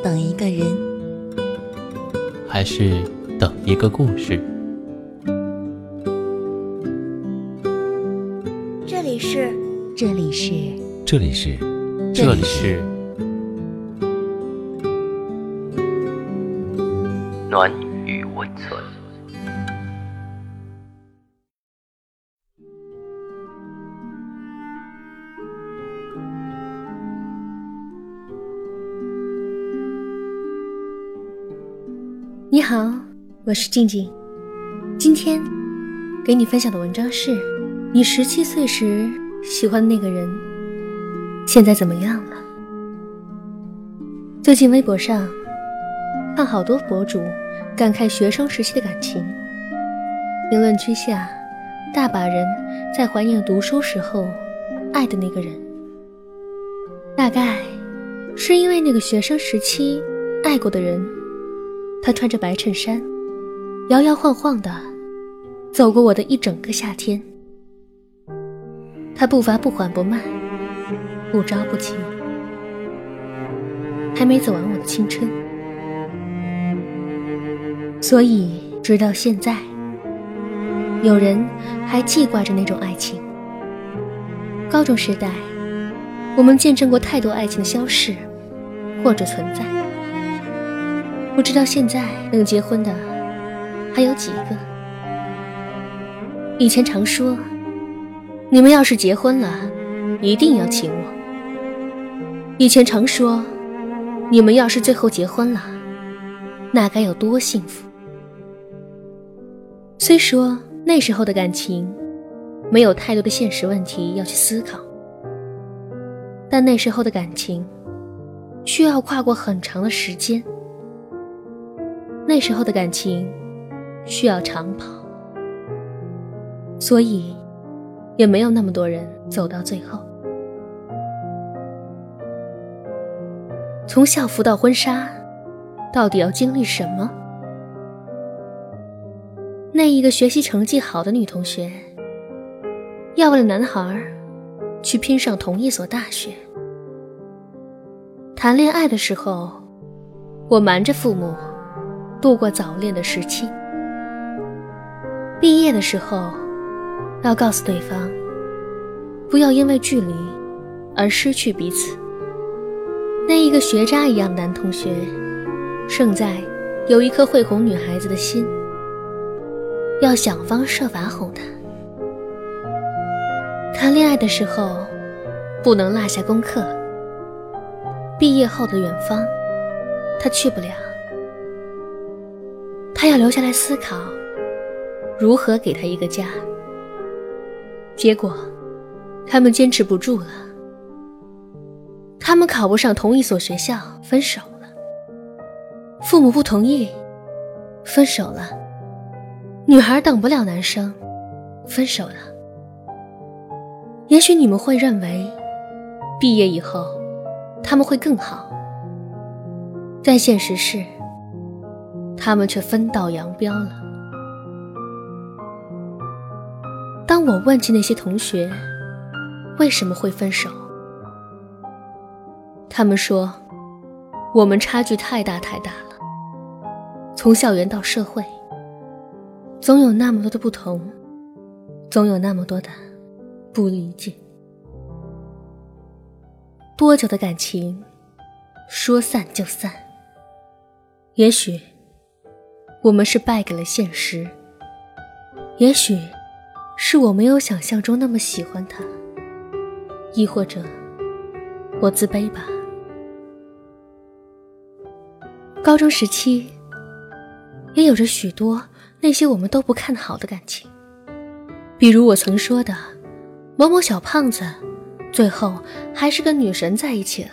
等一个人， 还是等一个故事？ 这里是暖与温存。 你好，我是静静。今天给你分享的文章是你17岁时喜欢的那个人现在怎么样了。最近微博上看好多博主感慨学生时期的感情，评论区下大把人在怀念读书时候爱的那个人。大概是因为那个学生时期爱过的人，他穿着白衬衫摇摇晃晃地走过我的一整个夏天，他步伐不缓不慢，不着不急，还没走完我的青春。所以直到现在，有人还记挂着那种爱情。高中时代，我们见证过太多爱情的消逝或者存在，不知道现在能结婚的还有几个。以前常说，你们要是结婚了一定要请我。以前常说，你们要是最后结婚了，那该有多幸福。虽说那时候的感情没有太多的现实问题要去思考，但那时候的感情需要跨过很长的时间，那时候的感情需要长跑，所以也没有那么多人走到最后。从校服到婚纱，到底要经历什么？那一个学习成绩好的女同学，要为了男孩去拼上同一所大学。谈恋爱的时候，我瞒着父母度过早恋的时期。毕业的时候，要告诉对方，不要因为距离而失去彼此。那一个学渣一样的男同学，胜在有一颗会哄女孩子的心，要想方设法哄她。谈恋爱的时候，不能落下功课。毕业后的远方，他去不了，他要留下来思考如何给他一个家。结果他们坚持不住了，他们考不上同一所学校，分手了。父母不同意，分手了。女孩等不了男生，分手了。也许你们会认为毕业以后他们会更好，但现实是他们却分道扬镳了。当我问起那些同学为什么会分手，他们说我们差距太大太大了，从校园到社会，总有那么多的不同，总有那么多的不理解。多久的感情说散就散？也许我们是败给了现实，也许是我没有想象中那么喜欢他，亦或者我自卑吧。高中时期也有着许多那些我们都不看好的感情，比如我曾说的某某小胖子最后还是跟女神在一起了。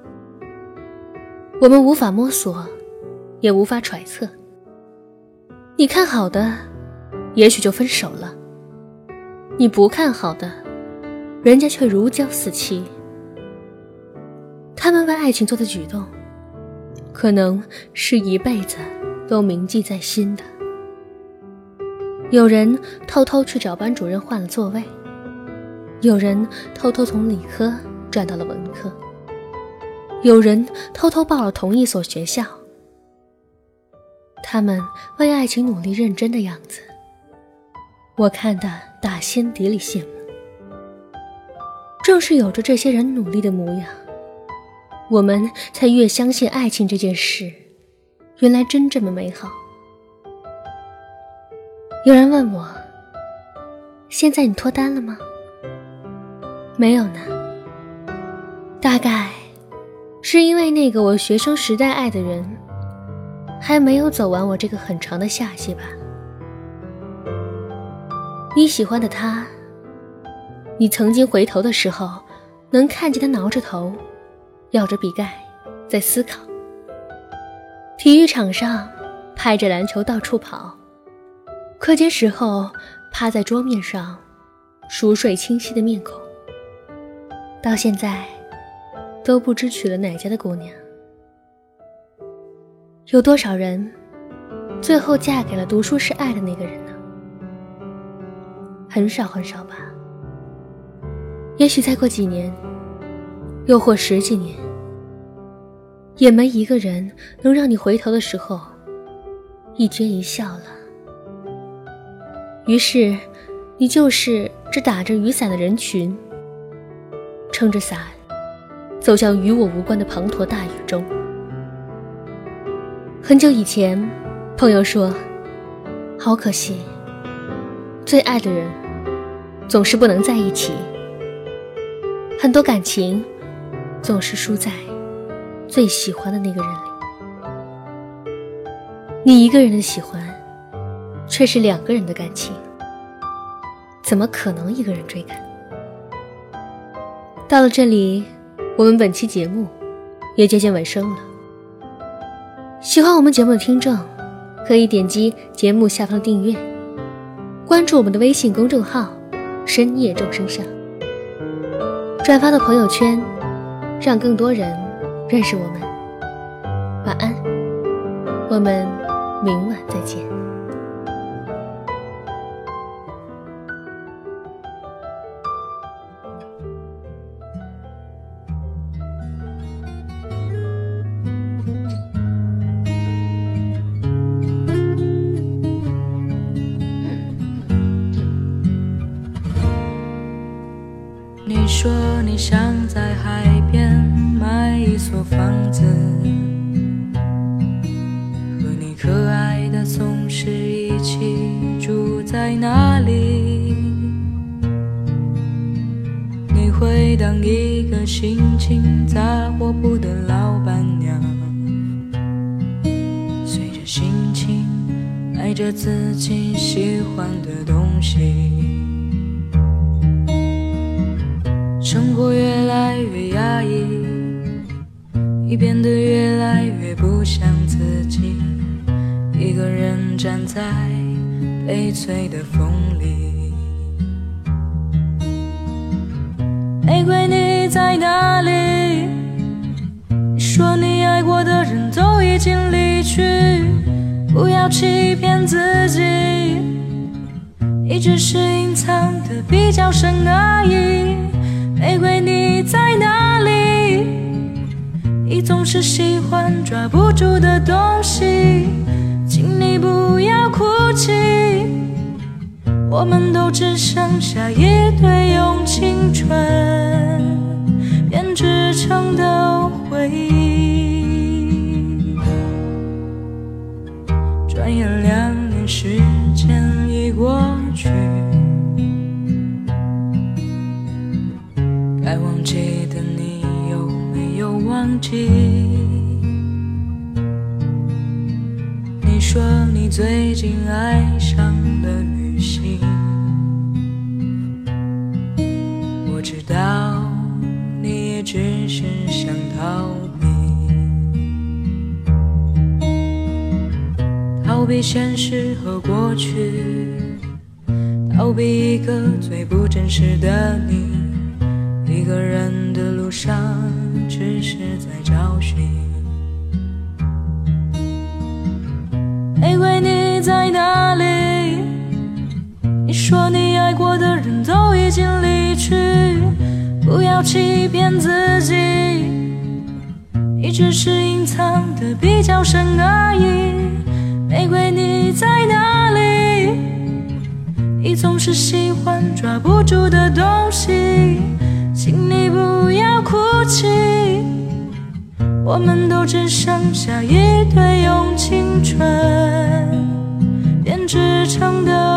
我们无法摸索，也无法揣测，你看好的也许就分手了，你不看好的人家却如胶似漆。他们为爱情做的举动，可能是一辈子都铭记在心的。有人偷偷去找班主任换了座位，有人偷偷从理科转到了文科， 有人偷偷报了同一所学校，他们为爱情努力认真的样子，我看得打心底里羡慕。正是有着这些人努力的模样，我们才越相信爱情这件事原来真这么美好。有人问我，现在你脱单了吗？没有呢，大概是因为那个我学生时代爱的人还没有走完我这个很长的夏季吧。你喜欢的他，你曾经回头的时候能看见他挠着头，咬着笔盖在思考，体育场上拍着篮球到处跑，课间时候趴在桌面上熟睡清晰的面孔，到现在都不知娶了哪家的姑娘。有多少人最后嫁给了读书时爱的那个人呢？很少很少吧。也许再过几年，又或10几年，也没一个人能让你回头的时候一颦一笑了。于是你就是这打着雨伞的人群，撑着伞走向与我无关的滂沱大雨中。很久以前，朋友说，好可惜，最爱的人总是不能在一起，很多感情总是输在最喜欢的那个人里。你一个人的喜欢，却是2个人的感情，怎么可能一个人追赶？到了这里，我们本期节目也接近尾声了。喜欢我们节目的听众，可以点击节目下方的订阅，关注我们的微信公众号深夜众生相，转发到朋友圈，让更多人认识我们。晚安，我们明晚再见。 你说你想在海边买一所房子，和你可爱的松狮一起住在那里。你会当一个心情杂货铺的老板娘，随着心情买着自己喜欢的东西。生活越来越压抑，你变得越来越不像自己，一个人站在悲催的风里。玫瑰你在哪里？你说你爱过的人都已经离去，不要欺骗自己，你只是隐藏的比较深而已。玫瑰你在哪里？你总是喜欢抓不住的东西，请你不要哭泣，我们都只剩下一堆用青春编织成的回忆。转眼2年时间已过去，该忘记的你有没有忘记？你说你最近爱上了旅行，我知道你也只是想逃避，逃避现实和过去，逃避一个最不真实的你。一个人的路上只是在找寻。玫瑰你在哪里？你说你爱过的人都已经离去，不要欺骗自己， 只是隐藏的比较深而已。玫瑰你在哪里？你总是喜欢抓不住的东西，请你不要哭泣，我们都只剩下一堆用青春编织成的